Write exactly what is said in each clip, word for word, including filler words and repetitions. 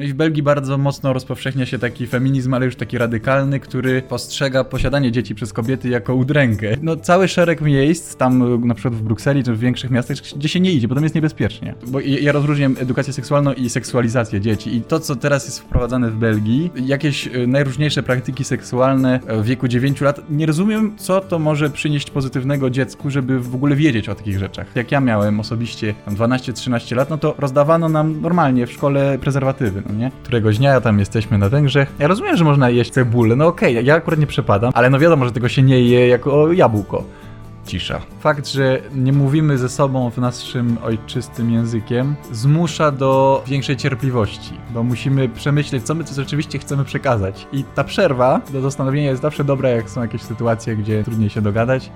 No i w Belgii bardzo mocno rozpowszechnia się taki feminizm, ale już taki radykalny, który postrzega posiadanie dzieci przez kobiety jako udrękę. No cały szereg miejsc, tam na przykład w Brukseli czy w większych miastach, gdzie się nie idzie, bo tam jest niebezpiecznie. Bo ja rozróżniam edukację seksualną i seksualizację dzieci. I to, co teraz jest wprowadzane w Belgii, jakieś najróżniejsze praktyki seksualne w wieku dziewięciu lat, nie rozumiem, co to może przynieść pozytywnego dziecku, żeby w ogóle wiedzieć o takich rzeczach. Jak ja miałem osobiście tam dwanaście trzynaście lat, no to rozdawano nam normalnie w szkole prezerwatywy, no nie? Któregoś dnia tam jesteśmy na Węgrzech. Ja rozumiem, że można jeść cebulę, no okej, okay, ja akurat nie przepadam, ale no wiadomo, że tego się nie je jako jabłko. Cisza. Fakt, że nie mówimy ze sobą w naszym ojczystym językiem, zmusza do większej cierpliwości, bo musimy przemyśleć, co my tu rzeczywiście chcemy przekazać. I ta przerwa do zastanowienia jest zawsze dobra, jak są jakieś sytuacje, gdzie trudniej się dogadać.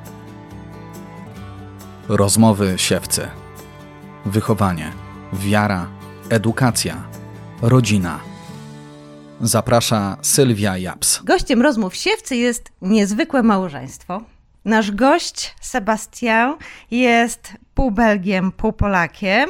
Rozmowy siewcy. Wychowanie, wiara, edukacja, rodzina. Zaprasza Sylwia Japs. Gościem rozmów siewcy jest niezwykłe małżeństwo. Nasz gość, Sebastian, jest pół Belgiem, pół Polakiem,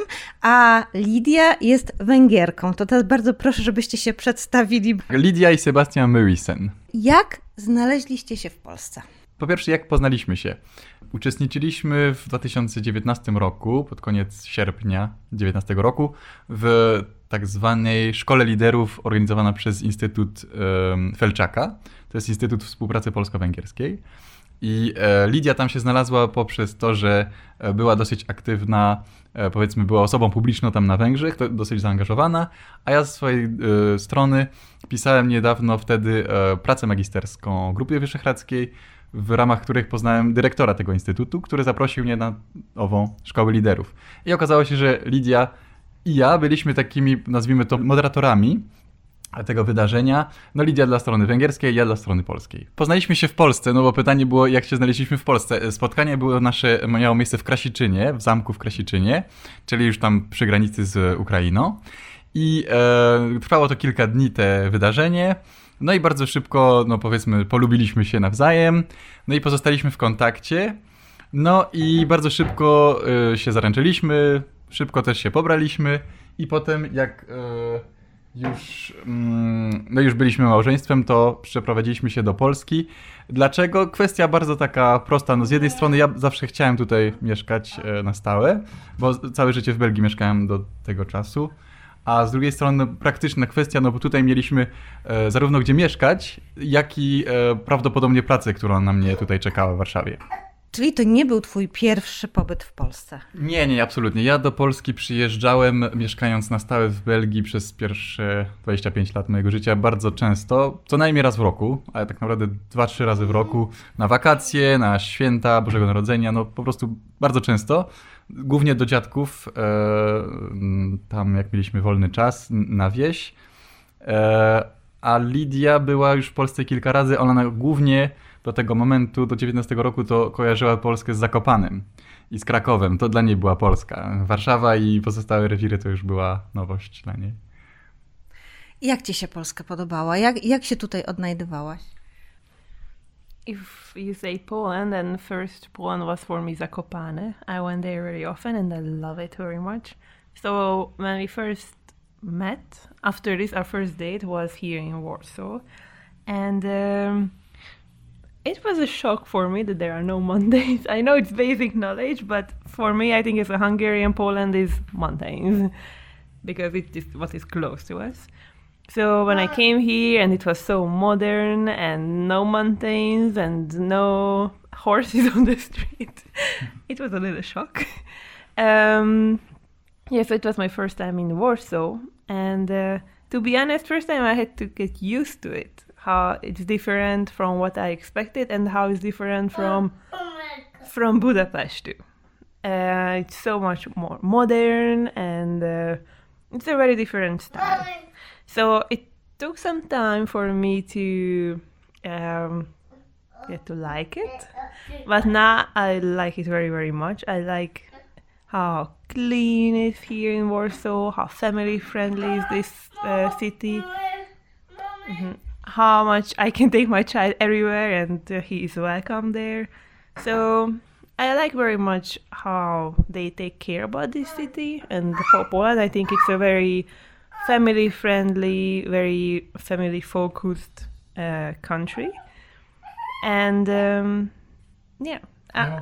a Lidia jest Węgierką. To teraz bardzo proszę, żebyście się przedstawili. Lidia i Sebastian Muysen. Jak znaleźliście się w Polsce? Po pierwsze, jak poznaliśmy się? Uczestniczyliśmy w dwa tysiące dziewiętnastym roku, pod koniec sierpnia dwa tysiące dziewiętnastego roku, w tak zwanej Szkole Liderów organizowana przez Instytut um, Felczaka. To jest Instytut Współpracy Polsko-Węgierskiej. I e, Lidia tam się znalazła poprzez to, że e, była dosyć aktywna, e, powiedzmy była osobą publiczną tam na Węgrzech, to dosyć zaangażowana, a ja z swojej e, strony pisałem niedawno wtedy e, pracę magisterską Grupie Wyszehradzkiej, w ramach których poznałem dyrektora tego instytutu, który zaprosił mnie na ową Szkołę Liderów. I okazało się, że Lidia i ja byliśmy takimi, nazwijmy to, moderatorami tego wydarzenia. No Lidia dla strony węgierskiej, ja dla strony polskiej. Poznaliśmy się w Polsce, no bo pytanie było, jak się znaleźliśmy w Polsce. Spotkanie było nasze, miało miejsce w Krasiczynie, w zamku w Krasiczynie, czyli już tam przy granicy z Ukrainą. I e, trwało to kilka dni, te wydarzenie. No i bardzo szybko, no powiedzmy, polubiliśmy się nawzajem. No i pozostaliśmy w kontakcie. No i bardzo szybko e, się zaręczyliśmy, szybko też się pobraliśmy. I potem jak... E, Już, no już byliśmy małżeństwem, to przeprowadziliśmy się do Polski. Dlaczego? Kwestia bardzo taka prosta. No z jednej strony ja zawsze chciałem tutaj mieszkać na stałe, bo całe życie w Belgii mieszkałem do tego czasu. A z drugiej strony no, praktyczna kwestia, no bo tutaj mieliśmy e, zarówno gdzie mieszkać, jak i e, prawdopodobnie pracę, która na mnie tutaj czekała w Warszawie. Czyli to nie był twój pierwszy pobyt w Polsce? Nie, nie, absolutnie. Ja do Polski przyjeżdżałem, mieszkając na stałe w Belgii przez pierwsze dwadzieścia pięć lat mojego życia bardzo często, co najmniej raz w roku, ale tak naprawdę dwa trzy razy w roku, na wakacje, na święta Bożego Narodzenia, no po prostu bardzo często. Głównie do dziadków, e, tam jak mieliśmy wolny czas, na wieś. E, a Lidia była już w Polsce kilka razy, ona głównie do tego momentu, do dziewiętnastego roku, to kojarzyła Polskę z Zakopanem i z Krakowem. To dla niej była Polska. Warszawa i pozostałe rewiry to już była nowość dla niej. Jak ci się Polska podobała? Jak, jak się tutaj odnajdywałaś? If you say Poland, then first Poland was for me Zakopane. I went there very often and I love it very much. So when we first met, after this, our first date was here in Warsaw. And... Um, It was a shock for me that there are no mountains. I know it's basic knowledge, but for me, I think as a Hungarian, Poland is mountains because it's just what is close to us. So when I came here and it was so modern and no mountains and no horses on the street, it was a little shock. Um, yeah, so it was my first time in Warsaw. And uh, to be honest, first time I had to get used to it. How it's different from what I expected and how it's different from from Budapest too. Uh, it's so much more modern and uh, it's a very different style. So it took some time for me to um, get to like it, but now I like it very, very much. I like how clean it is here in Warsaw, how family friendly is this uh, city. Mm-hmm. How much I can take my child everywhere and uh, he is welcome there. So I like very much how they take care about this city and for Poland. I think it's a very family friendly, very family focused uh, country. And um, yeah. I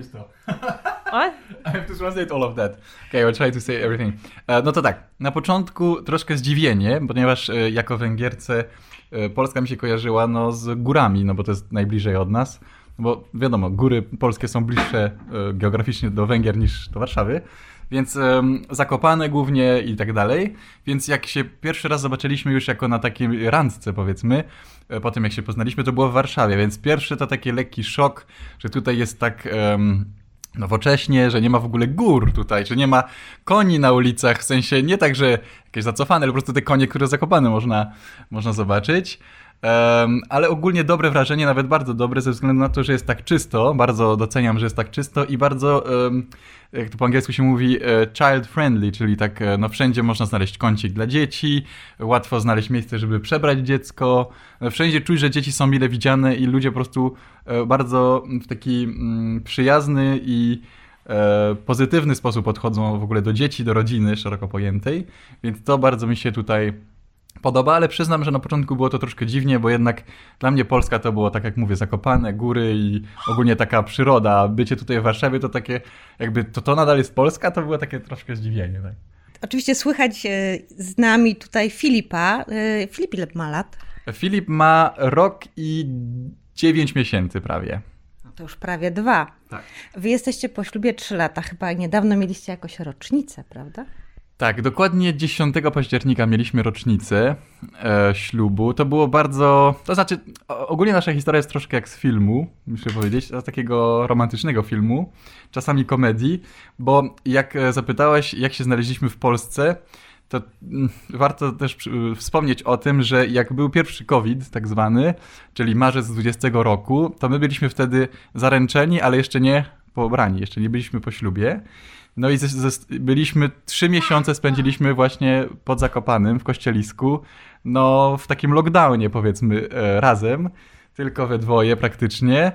What? I have to translate all of that. Okay, I'll try to say everything. E, No to tak, na początku troszkę zdziwienie, ponieważ e, jako Węgierce e, Polska mi się kojarzyła no, z górami, no bo to jest najbliżej od nas. No bo wiadomo, góry polskie są bliższe e, geograficznie do Węgier niż do Warszawy, więc e, Zakopane głównie i tak dalej. Więc jak się pierwszy raz zobaczyliśmy już jako na takiej randce, powiedzmy, e, po tym jak się poznaliśmy, to było w Warszawie, więc pierwszy to taki lekki szok, że tutaj jest tak... E, nowocześnie, że nie ma w ogóle gór tutaj, że nie ma koni na ulicach, w sensie nie tak, że jakieś zacofane, ale po prostu te konie, które Zakopane można, można zobaczyć. Um, ale ogólnie dobre wrażenie, nawet bardzo dobre, ze względu na to, że jest tak czysto, bardzo doceniam, że jest tak czysto i bardzo, um, jak to po angielsku się mówi, child friendly, czyli tak, no wszędzie można znaleźć kącik dla dzieci, łatwo znaleźć miejsce, żeby przebrać dziecko, wszędzie czuć, że dzieci są mile widziane i ludzie po prostu bardzo w taki mm, przyjazny i e, pozytywny sposób podchodzą w ogóle do dzieci, do rodziny szeroko pojętej, więc to bardzo mi się tutaj podoba, ale przyznam, że na początku było to troszkę dziwnie, bo jednak dla mnie Polska to było, tak jak mówię, Zakopane, góry i ogólnie taka przyroda, a bycie tutaj w Warszawie to takie, jakby to, to nadal jest Polska, to było takie troszkę zdziwienie. Tak? Oczywiście słychać z nami tutaj Filipa. Filip ile ma lat? Filip ma rok i dziewięć miesięcy prawie. No to już prawie dwa. Tak. Wy jesteście po ślubie trzy lata, chyba niedawno mieliście jakoś rocznicę, prawda? Tak, dokładnie dziesiątego października mieliśmy rocznicę e, ślubu. To było bardzo... To znaczy, ogólnie nasza historia jest troszkę jak z filmu, muszę powiedzieć, z takiego romantycznego filmu, czasami komedii, bo jak zapytałaś, jak się znaleźliśmy w Polsce, to mm, warto też przy, wspomnieć o tym, że jak był pierwszy COVID tak zwany, czyli marzec dwudziestego roku, to my byliśmy wtedy zaręczeni, ale jeszcze nie pobrani, jeszcze nie byliśmy po ślubie. No i z, z, byliśmy, trzy miesiące spędziliśmy właśnie pod Zakopanem w kościelisku, no w takim lockdownie powiedzmy e, razem, tylko we dwoje praktycznie.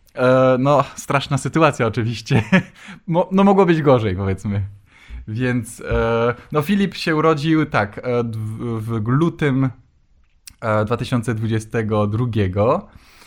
E, no straszna sytuacja oczywiście, Mo, no mogło być gorzej powiedzmy. Więc e, no Filip się urodził tak e, w, w lutym e, dwa tysiące dwudziestego drugiego.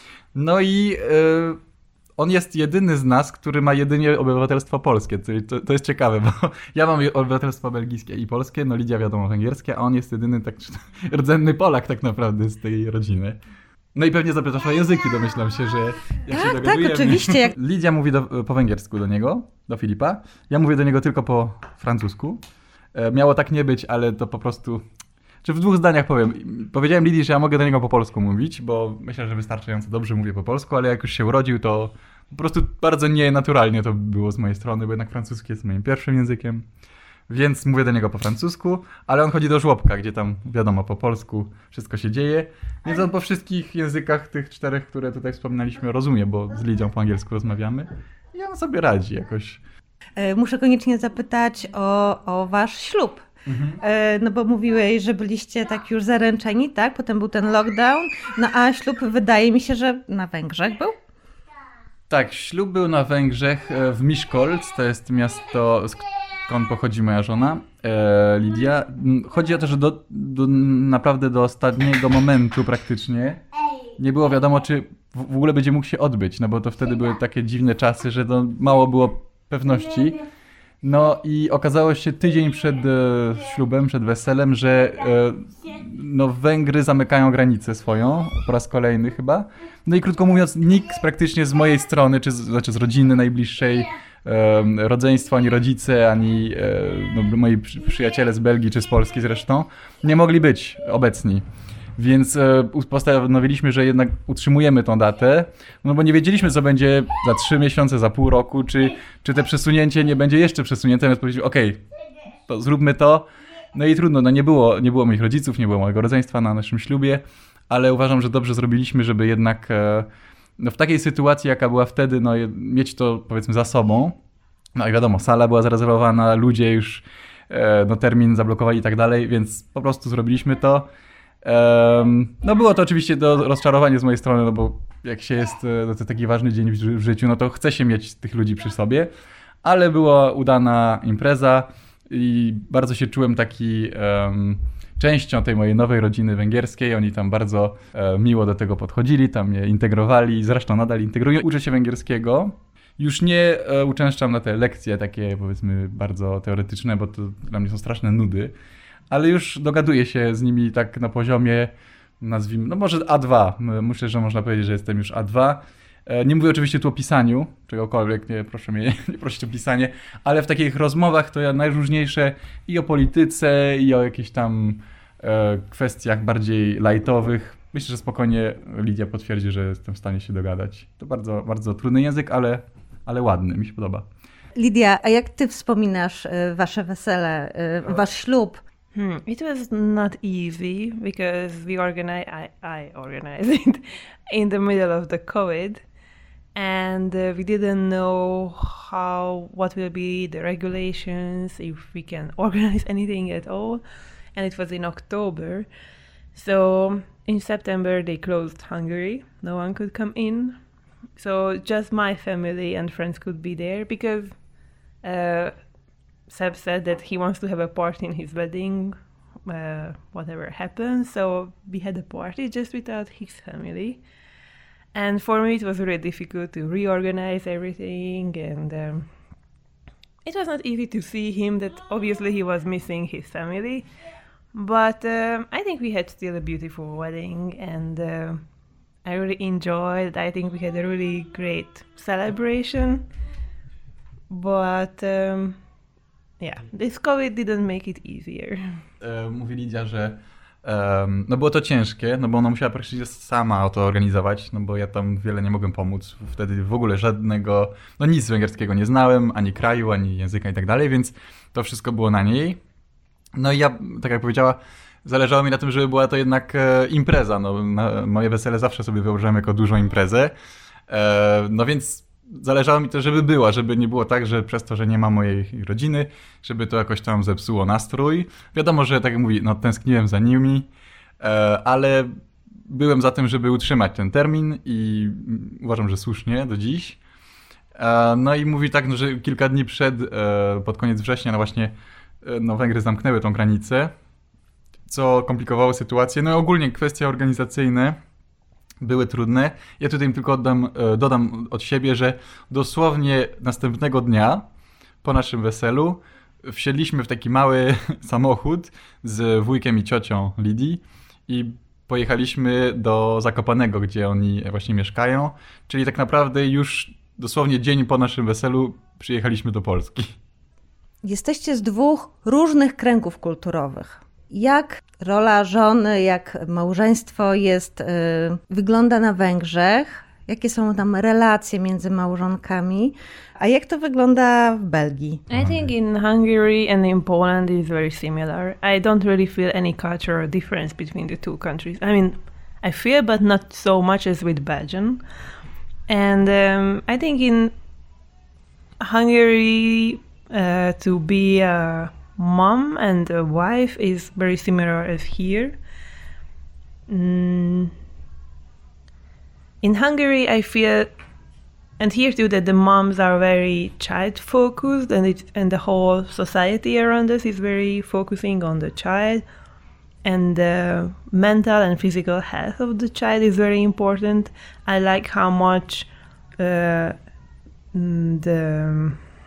No i e, on jest jedyny z nas, który ma jedynie obywatelstwo polskie. To, to jest ciekawe, bo ja mam obywatelstwo belgijskie i polskie, no Lidia wiadomo węgierskie, a on jest jedyny tak rdzenny Polak tak naprawdę z tej rodziny. No i pewnie zapytasz o języki, domyślam się, że jak tak, się dogadujemy. Tak, oczywiście. Jak... Lidia mówi do, po węgiersku do niego, do Filipa. Ja mówię do niego tylko po francusku. E, miało tak nie być, ale to po prostu... Czy w dwóch zdaniach powiem. Powiedziałem Lidii, że ja mogę do niego po polsku mówić, bo myślę, że wystarczająco dobrze mówię po polsku, ale jak już się urodził, to po prostu bardzo nienaturalnie to było z mojej strony, bo jednak francuski jest moim pierwszym językiem. Więc mówię do niego po francusku, ale on chodzi do żłobka, gdzie tam wiadomo po polsku wszystko się dzieje. Więc on po wszystkich językach tych czterech, które tutaj wspominaliśmy, rozumie, bo z Lidią po angielsku rozmawiamy. I on sobie radzi jakoś. Muszę koniecznie zapytać o, o wasz ślub. Mhm. No bo mówiłeś, że byliście tak już zaręczeni, tak? Potem był ten lockdown, no a ślub wydaje mi się, że na Węgrzech był? Tak, ślub był na Węgrzech w Miskolc, to jest miasto, skąd pochodzi moja żona, e, Lidia. Chodzi o to, że do, do, naprawdę do ostatniego momentu praktycznie nie było wiadomo, czy w ogóle będzie mógł się odbyć, no bo to wtedy były takie dziwne czasy, że to mało było pewności. No i okazało się tydzień przed e, ślubem, przed weselem, że e, no Węgry zamykają granicę swoją, po raz kolejny chyba. No i krótko mówiąc, nikt praktycznie z mojej strony, czy z, znaczy z rodziny najbliższej, e, rodzeństwo, ani rodzice, ani e, no, moi przyjaciele z Belgii czy z Polski zresztą, nie mogli być obecni. Więc e, postanowiliśmy, że jednak utrzymujemy tą datę, no bo nie wiedzieliśmy, co będzie za trzy miesiące, za pół roku, czy, czy te przesunięcie nie będzie jeszcze przesunięte, więc powiedzieliśmy, okej, okay, to zróbmy to. No i trudno, no nie było, nie było moich rodziców, nie było mojego rodzeństwa na naszym ślubie, ale uważam, że dobrze zrobiliśmy, żeby jednak e, no w takiej sytuacji, jaka była wtedy, no mieć to powiedzmy za sobą. No i wiadomo, sala była zarezerwowana, ludzie już e, no, termin zablokowali i tak dalej, więc po prostu zrobiliśmy to. Um, no było to oczywiście do rozczarowanie z mojej strony, no bo jak się jest, no to taki ważny dzień w, w życiu, no to chce się mieć tych ludzi przy sobie, ale była udana impreza i bardzo się czułem taki um, częścią tej mojej nowej rodziny węgierskiej. Oni tam bardzo e, miło do tego podchodzili, tam mnie integrowali, zresztą nadal integrują. Uczę się węgierskiego. Już nie e, uczęszczam na te lekcje takie, powiedzmy, bardzo teoretyczne, bo to dla mnie są straszne nudy, ale już dogaduję się z nimi tak na poziomie, nazwijmy, no może A dwa. Myślę, że można powiedzieć, że jestem już A dwa. E, nie mówię oczywiście tu o pisaniu, czegokolwiek, nie, proszę mnie nie prosić o pisanie, ale w takich rozmowach to ja najróżniejsze i o polityce, i o jakichś tam e, kwestiach bardziej lightowych. Myślę, że spokojnie Lidia potwierdzi, że jestem w stanie się dogadać. To bardzo, bardzo trudny język, ale, ale ładny, mi się podoba. Lidia, a jak ty wspominasz wasze wesele, wasz ślub? Hmm. It was not easy because we organized, I, I organized it in the middle of the COVID, and uh, we didn't know how, what will be the regulations, if we can organize anything at all, and it was in October. So in September they closed Hungary, no one could come in, so just my family and friends could be there because uh, Seb said that he wants to have a party in his wedding, uh, whatever happens, so we had a party just without his family. And for me it was really difficult to reorganize everything, and um, it was not easy to see him, that obviously he was missing his family. But um, I think we had still a beautiful wedding, and uh, I really enjoyed. I think we had a really great celebration. But um, yeah, this COVID didn't make it easier. E, mówi Lidia, że um, no było to ciężkie, no bo ona musiała praktycznie sama to organizować, no bo ja tam wiele nie mogłem pomóc. Wtedy w ogóle żadnego, no nic węgierskiego nie znałem, ani kraju, ani języka i tak dalej, więc to wszystko było na niej. No i ja, tak jak powiedziała, zależało mi na tym, żeby była to jednak e, impreza. No, na, moje wesele zawsze sobie wyobrażałem jako dużą imprezę. E, no więc zależało mi to, żeby była, żeby nie było tak, że przez to, że nie ma mojej rodziny, żeby to jakoś tam zepsuło nastrój. Wiadomo, że tak jak mówi, no tęskniłem za nimi, e, ale byłem za tym, żeby utrzymać ten termin i uważam, że słusznie do dziś. E, no i mówi tak, no, że kilka dni przed, e, pod koniec września, no właśnie no Węgry zamknęły tą granicę, co komplikowało sytuację. No i ogólnie kwestie organizacyjne były trudne. Ja tutaj tylko oddam, dodam od siebie, że dosłownie następnego dnia po naszym weselu wsiedliśmy w taki mały samochód z wujkiem i ciocią Lidii i pojechaliśmy do Zakopanego, gdzie oni właśnie mieszkają, czyli tak naprawdę już dosłownie dzień po naszym weselu przyjechaliśmy do Polski. Jesteście z dwóch różnych kręgów kulturowych. Jak rola żony, jak małżeństwo jest, y, wygląda na Węgrzech? Jakie są tam relacje między małżonkami? A jak to wygląda w Belgii? I think in Hungary and in Poland is very similar. I don't really feel any cultural difference between the two countries. I mean, I feel, but not so much as with Belgium. And um, I think in Hungary, Uh, to be a mom and a wife is very similar as here. Mm. In Hungary, I feel, and here too, that the moms are very child-focused, and it, and the whole society around us is very focusing on the child, and the mental and physical health of the child is very important. I like how much uh, the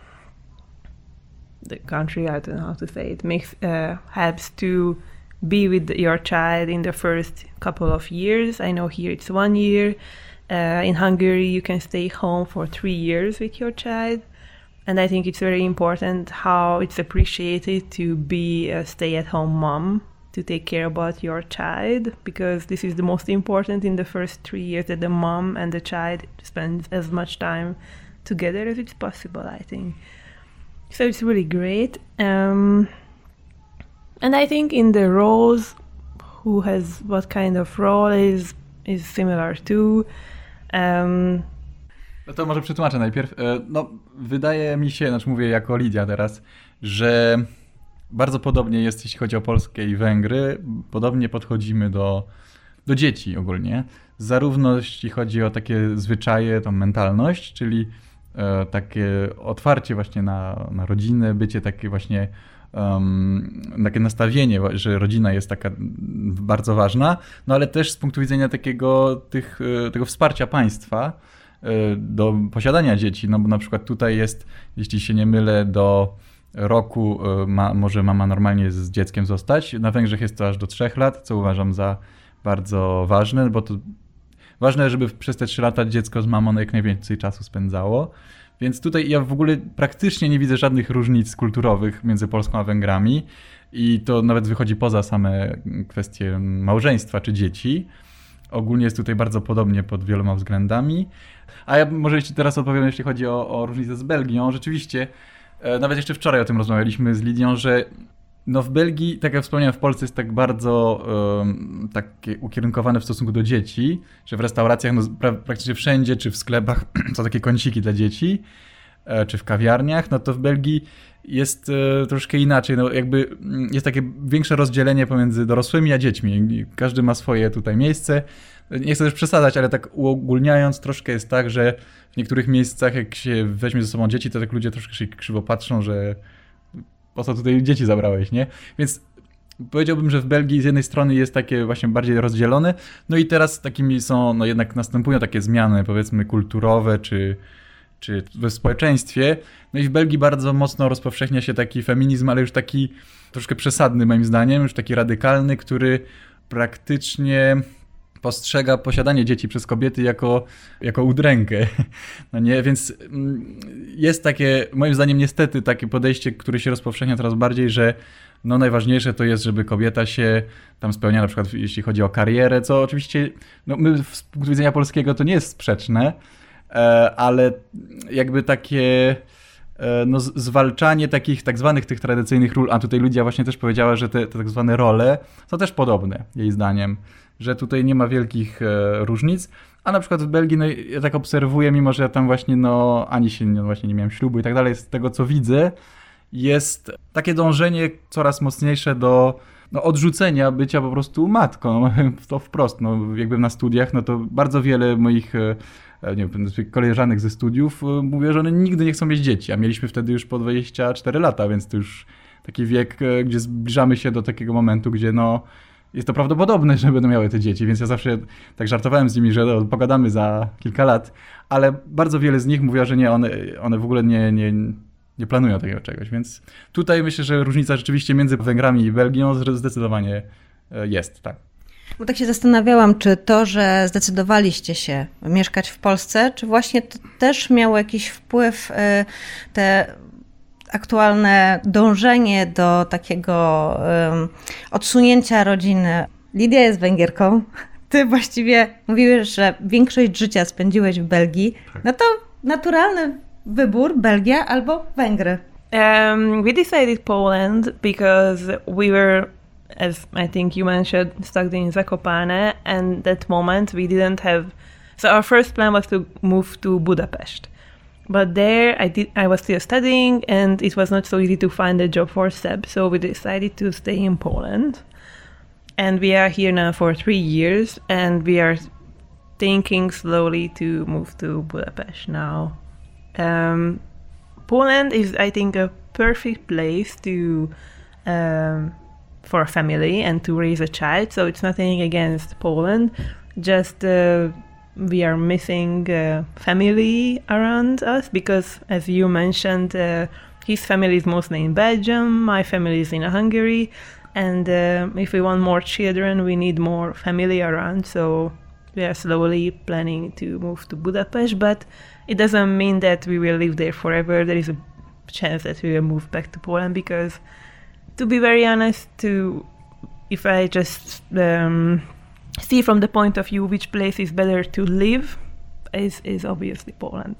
the country, I don't know how to say it, makes uh, helps to be with your child in the first couple of years. I know here it's one year. Uh, in Hungary, you can stay home for three years with your child. And I think it's very important how it's appreciated to be a stay-at-home mom, to take care about your child, because this is the most important in the first three years, that the mom and the child spend as much time together as it's possible, I think. So it's really great. Um, and I think in the roles, who has what kind of role is is similar too. Um, no to może przetłumaczę najpierw. No, wydaje mi się, znaczy mówię jako Lidia teraz, że bardzo podobnie jest, jeśli chodzi o Polskę i Węgry. Podobnie podchodzimy do, do dzieci ogólnie. Zarówno jeśli chodzi o takie zwyczaje, tą mentalność, czyli takie otwarcie właśnie na, na rodzinę, bycie takie właśnie um, takie nastawienie, że rodzina jest taka bardzo ważna, no ale też z punktu widzenia takiego tych, tego wsparcia państwa do posiadania dzieci, no bo na przykład tutaj jest, jeśli się nie mylę, do roku ma, może mama normalnie z dzieckiem zostać. Na Węgrzech jest to aż do trzech lat, co uważam za bardzo ważne, bo to ważne, żeby przez te trzy lata dziecko z mamą jak najwięcej czasu spędzało. Więc tutaj ja w ogóle praktycznie nie widzę żadnych różnic kulturowych między Polską a Węgrami i to nawet wychodzi poza same kwestie małżeństwa czy dzieci. Ogólnie jest tutaj bardzo podobnie pod wieloma względami. A ja może jeszcze teraz odpowiem, jeśli chodzi o, o różnicę z Belgią. Rzeczywiście, e, nawet jeszcze wczoraj o tym rozmawialiśmy z Lidią, że no w Belgii, tak jak wspomniałem, w Polsce jest tak bardzo um, takie ukierunkowane w stosunku do dzieci, że w restauracjach, no, pra, praktycznie wszędzie, czy w sklepach są takie kąciki dla dzieci, e, czy w kawiarniach, no to w Belgii jest e, troszkę inaczej. No jakby jest takie większe rozdzielenie pomiędzy dorosłymi a dziećmi. Każdy ma swoje tutaj miejsce. Nie chcę też przesadzać, ale tak uogólniając, troszkę jest tak, że w niektórych miejscach, jak się weźmie ze sobą dzieci, to tak ludzie troszkę się krzywo patrzą, że po co tutaj dzieci zabrałeś, nie? Więc powiedziałbym, że w Belgii z jednej strony jest takie właśnie bardziej rozdzielone, no i teraz takimi są, no jednak następują takie zmiany, powiedzmy kulturowe, czy, czy w społeczeństwie. No i w Belgii bardzo mocno rozpowszechnia się taki feminizm, ale już taki troszkę przesadny moim zdaniem, już taki radykalny, który praktycznie postrzega posiadanie dzieci przez kobiety jako, jako udrękę. No nie? Więc jest takie, moim zdaniem niestety, takie podejście, które się rozpowszechnia coraz bardziej, że no najważniejsze to jest, żeby kobieta się tam spełniała, na przykład jeśli chodzi o karierę, co oczywiście no my z punktu widzenia polskiego to nie jest sprzeczne, ale jakby takie no, zwalczanie takich tak zwanych tych tradycyjnych ról, a tutaj Lidia właśnie też powiedziała, że te, te tak zwane role są też podobne, jej zdaniem, że tutaj nie ma wielkich e, różnic, a na przykład w Belgii, no ja tak obserwuję, mimo że ja tam właśnie, no ani się no, właśnie nie miałem ślubu i tak dalej, z tego co widzę, jest takie dążenie coraz mocniejsze do no, odrzucenia bycia po prostu matką, no, to wprost, no jakby na studiach, no to bardzo wiele moich nie wiem, koleżanek ze studiów mówią, że one nigdy nie chcą mieć dzieci, a mieliśmy wtedy już po dwadzieścia cztery lata, więc to już taki wiek, gdzie zbliżamy się do takiego momentu, gdzie no jest to prawdopodobne, że będą miały te dzieci, więc ja zawsze tak żartowałem z nimi, że no, pogadamy za kilka lat, ale bardzo wiele z nich mówiło, że nie, one, one w ogóle nie, nie, nie planują takiego czegoś, więc tutaj myślę, że różnica rzeczywiście między Węgrami i Belgią zdecydowanie jest, tak. Bo tak się zastanawiałam, czy to, że zdecydowaliście się mieszkać w Polsce, czy właśnie to też miało jakiś wpływ, te aktualne dążenie do takiego um, odsunięcia rodziny. Lidia jest Węgierką. Ty właściwie mówiłeś, że większość życia spędziłeś w Belgii. No to naturalny wybór Belgia albo Węgry. Um, we decided Poland because we were, as I think you mentioned, stuck in Zakopane, and that moment we didn't have. So our first plan was to move to Budapest. But there I did I was still studying and it was not so easy to find a job for S E B, so we decided to stay in Poland. And we are here now for three years and we are thinking slowly to move to Budapest now. Um, Poland is, I think, a perfect place to um, for a family and to raise a child, so it's nothing against Poland, just uh, we are missing uh, family around us because, as you mentioned, uh, his family is mostly in Belgium, my family is in Hungary, and uh, if we want more children, we need more family around, so we are slowly planning to move to Budapest, but it doesn't mean that we will live there forever. There is a chance that we will move back to Poland because, to be very honest, to if I just um, see from the point of view which place is better to live, is, is obviously Poland.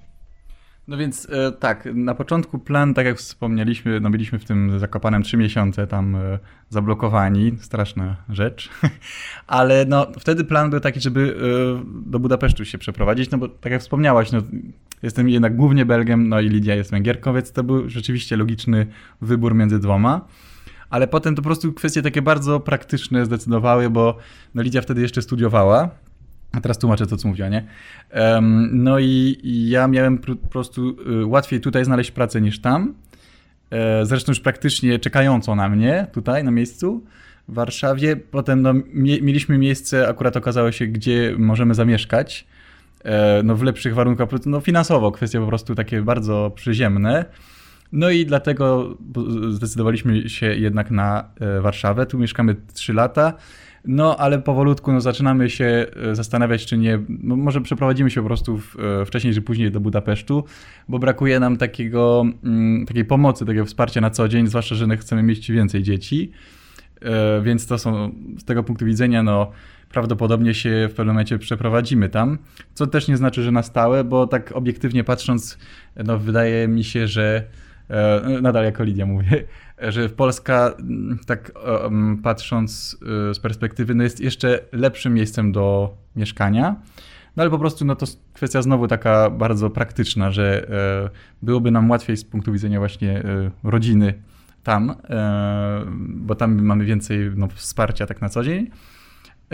No więc e, tak, na początku plan, tak jak wspomnieliśmy, no byliśmy w tym Zakopanem trzy miesiące tam e, zablokowani, straszna rzecz, ale no wtedy plan był taki, żeby e, do Budapesztu się przeprowadzić, no bo tak jak wspomniałaś, no jestem jednak głównie Belgiem, no i Lidia jest Węgierką, więc to był rzeczywiście logiczny wybór między dwoma. Ale potem to po prostu kwestie takie bardzo praktyczne zdecydowały, bo no Lidia wtedy jeszcze studiowała, a teraz tłumaczę to, co mówiła, nie? Um, no i, i ja miałem po prostu y, łatwiej tutaj znaleźć pracę niż tam zresztą już praktycznie czekającą na mnie tutaj na miejscu w Warszawie. Potem no, mie- mieliśmy miejsce, akurat okazało się, gdzie możemy zamieszkać, no w lepszych warunkach, no finansowo, kwestie po prostu takie bardzo przyziemne. No i dlatego zdecydowaliśmy się jednak na Warszawę. Tu mieszkamy trzy lata. No, ale powolutku no, zaczynamy się zastanawiać, czy nie, no, może przeprowadzimy się po prostu w, wcześniej czy później do Budapesztu, bo brakuje nam takiego, m, takiej pomocy, takiego wsparcia na co dzień, zwłaszcza, że chcemy mieć więcej dzieci, e, więc to są, z tego punktu widzenia, no, prawdopodobnie się w pewnym momencie przeprowadzimy tam, co też nie znaczy, że na stałe, bo tak obiektywnie patrząc, no, wydaje mi się, że nadal jako Lidia mówię, że Polska, tak um, patrząc z perspektywy, no jest jeszcze lepszym miejscem do mieszkania, no ale po prostu no to kwestia znowu taka bardzo praktyczna, że e, byłoby nam łatwiej z punktu widzenia właśnie e, rodziny tam, e, bo tam mamy więcej no, wsparcia tak na co dzień. E,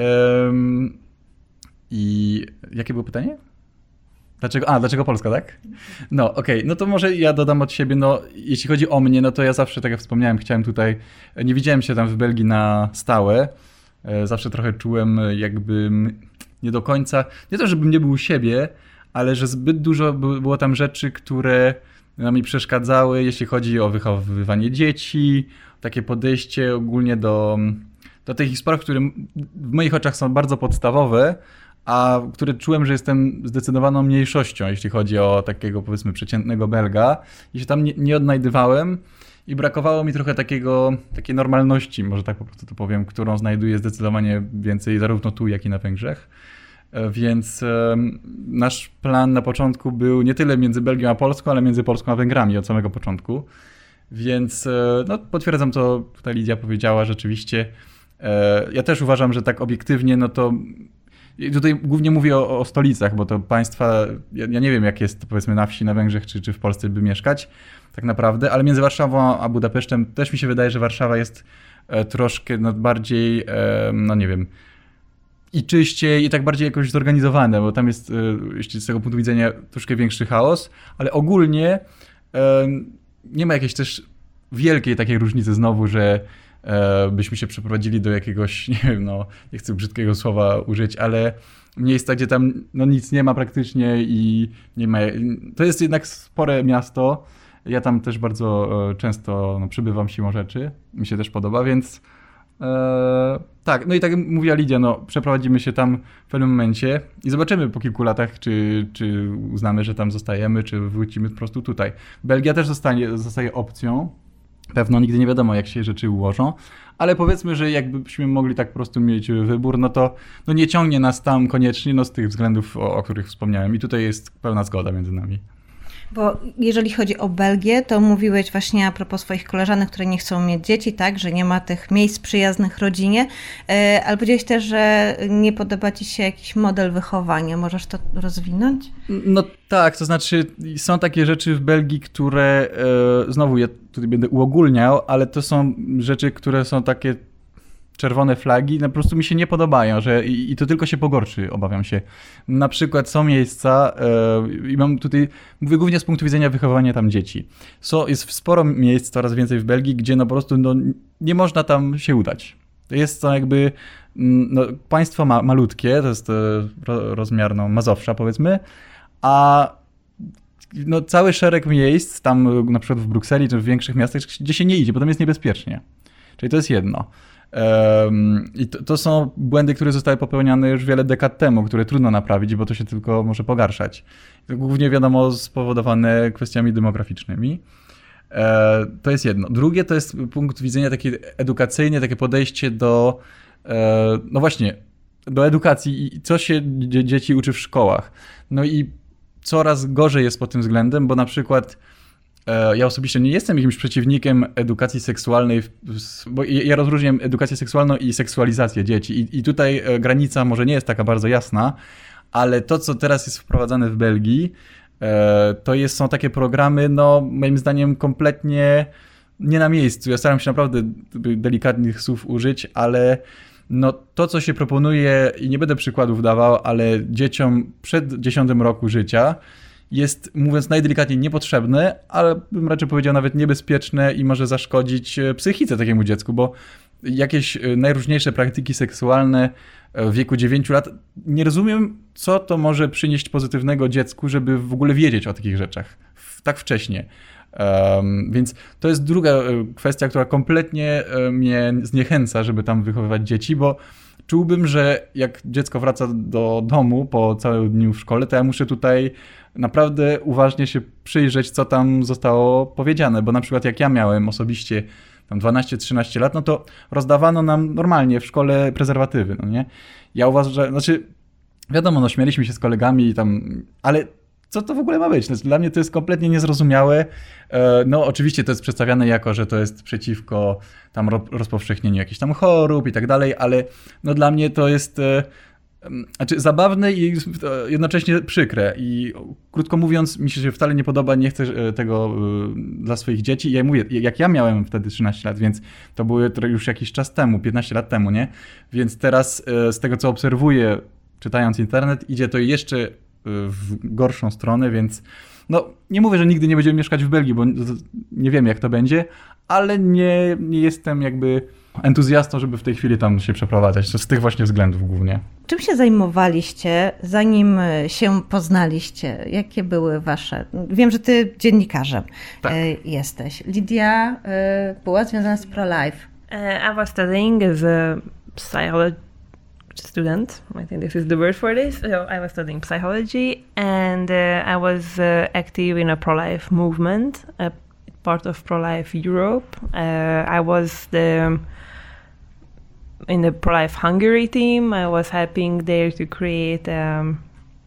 I jakie było pytanie? Dlaczego? A, dlaczego Polska, tak? No, okej, okay. No to może ja dodam od siebie, no jeśli chodzi o mnie, no to ja zawsze, tak jak wspomniałem, chciałem tutaj, nie widziałem się tam w Belgii na stałe, zawsze trochę czułem jakbym nie do końca, nie to, żebym nie był u siebie, ale że zbyt dużo było tam rzeczy, które mi przeszkadzały, jeśli chodzi o wychowywanie dzieci, takie podejście ogólnie do, do tych spraw, które w moich oczach są bardzo podstawowe, a które czułem, że jestem zdecydowaną mniejszością, jeśli chodzi o takiego, powiedzmy, przeciętnego Belga. I się tam nie, nie odnajdywałem i brakowało mi trochę takiego, takiej normalności, może tak po prostu to powiem, którą znajduję zdecydowanie więcej zarówno tu, jak i na Węgrzech. Więc e, nasz plan na początku był nie tyle między Belgią a Polską, ale między Polską a Węgrami od samego początku. Więc e, no, potwierdzam, co tutaj Lidia powiedziała, rzeczywiście. E, ja też uważam, że tak obiektywnie, no to I tutaj głównie mówię o, o stolicach, bo to państwa, ja, ja nie wiem jak jest powiedzmy na wsi, na Węgrzech czy, czy w Polsce by mieszkać tak naprawdę, ale między Warszawą a Budapesztem też mi się wydaje, że Warszawa jest e, troszkę no, bardziej, e, no nie wiem, i czyściej i tak bardziej jakoś zorganizowane, bo tam jest, e, jeśli z tego punktu widzenia, troszkę większy chaos, ale ogólnie e, nie ma jakiejś też wielkiej takiej różnicy znowu, że byśmy się przeprowadzili do jakiegoś, nie wiem, no, nie chcę brzydkiego słowa użyć, ale miejsca, gdzie tam no, nic nie ma praktycznie i nie ma... To jest jednak spore miasto. Ja tam też bardzo często no, przybywam siłą rzeczy. Mi się też podoba, więc e, tak. No i tak jak mówiła Lidia, no, przeprowadzimy się tam w pewnym momencie i zobaczymy po kilku latach, czy, czy uznamy, że tam zostajemy, czy wrócimy po prostu tutaj. Belgia też zostanie, zostaje opcją. Pewno nigdy nie wiadomo, jak się rzeczy ułożą, ale powiedzmy, że jakbyśmy mogli tak po prostu mieć wybór, no to no nie ciągnie nas tam koniecznie no z tych względów, o, o których wspomniałem. I tutaj jest pełna zgoda między nami. Bo jeżeli chodzi o Belgię, to mówiłeś właśnie a propos swoich koleżanek, które nie chcą mieć dzieci, tak, że nie ma tych miejsc przyjaznych rodzinie, ale powiedziałeś też, że nie podoba ci się jakiś model wychowania. Możesz to rozwinąć? No tak, to znaczy są takie rzeczy w Belgii, które znowu ja tutaj będę uogólniał, ale to są rzeczy, które są takie czerwone flagi, no po prostu mi się nie podobają, że i, i to tylko się pogorszy, obawiam się. Na przykład są miejsca, yy, i mam tutaj, mówię głównie z punktu widzenia wychowywania tam dzieci. So, jest sporo miejsc, coraz więcej w Belgii, gdzie no po prostu no, nie można tam się udać. Jest to jakby no, państwo ma, malutkie, to jest ro, rozmiar no, Mazowsza powiedzmy, a no, cały szereg miejsc, tam na przykład w Brukseli czy w większych miastach, gdzie się nie idzie, bo tam jest niebezpiecznie. Czyli to jest jedno. Um, I to, to są błędy, które zostały popełniane już wiele dekad temu, które trudno naprawić, bo to się tylko może pogarszać. To głównie wiadomo spowodowane kwestiami demograficznymi. E, to jest jedno. Drugie to jest punkt widzenia taki edukacyjny, takie podejście do, e, no właśnie, do edukacji i co się dzie- dzieci uczy w szkołach. No i coraz gorzej jest pod tym względem, bo na przykład ja osobiście nie jestem jakimś przeciwnikiem edukacji seksualnej, bo ja rozróżniam edukację seksualną i seksualizację dzieci. I, i tutaj granica może nie jest taka bardzo jasna, ale to, co teraz jest wprowadzane w Belgii, to jest, są takie programy, no moim zdaniem kompletnie nie na miejscu. Ja staram się naprawdę delikatnych słów użyć, ale no to, co się proponuje, i nie będę przykładów dawał, ale dzieciom przed dziesiątym roku życia, jest, mówiąc najdelikatniej, niepotrzebne, ale bym raczej powiedział nawet niebezpieczne i może zaszkodzić psychice takiemu dziecku, bo jakieś najróżniejsze praktyki seksualne w wieku dziewięciu lat, nie rozumiem, co to może przynieść pozytywnego dziecku, żeby w ogóle wiedzieć o takich rzeczach tak wcześnie. Um, więc to jest druga kwestia, która kompletnie mnie zniechęca, żeby tam wychowywać dzieci, bo czułbym, że jak dziecko wraca do domu po całym dniu w szkole, to ja muszę tutaj naprawdę uważnie się przyjrzeć, co tam zostało powiedziane, bo na przykład jak ja miałem osobiście tam dwanaście trzynaście lat, no to rozdawano nam normalnie w szkole prezerwatywy, no nie? Ja uważam, że, znaczy wiadomo, no śmialiśmy się z kolegami i tam, ale co to w ogóle ma być? Dla mnie to jest kompletnie niezrozumiałe. No oczywiście to jest przedstawiane jako, że to jest przeciwko tam rozpowszechnieniu jakichś tam chorób i tak dalej, ale no dla mnie to jest znaczy zabawne i jednocześnie przykre i krótko mówiąc mi się wcale nie podoba, nie chcę tego dla swoich dzieci. I ja mówię, jak ja miałem wtedy trzynaście lat, więc to było już jakiś czas temu, piętnaście lat temu, nie? Więc teraz z tego co obserwuję, czytając internet, idzie to jeszcze w gorszą stronę, więc no nie mówię, że nigdy nie będziemy mieszkać w Belgii, bo nie wiem jak to będzie, ale nie, nie jestem jakby entuzjastą, żeby w tej chwili tam się przeprowadzać. To z tych właśnie względów głównie. Czym się zajmowaliście, zanim się poznaliście? Jakie były wasze... Wiem, że ty dziennikarzem tak. jesteś. Lidia była związana z pro-life. Uh, I was studying as a psychologist. student, I think this is the word for this. So I was studying psychology, and uh, I was uh, active in a pro-life movement, a part of Pro-Life Europe. Uh, I was the in the Pro-Life Hungary team. I was helping there to create um,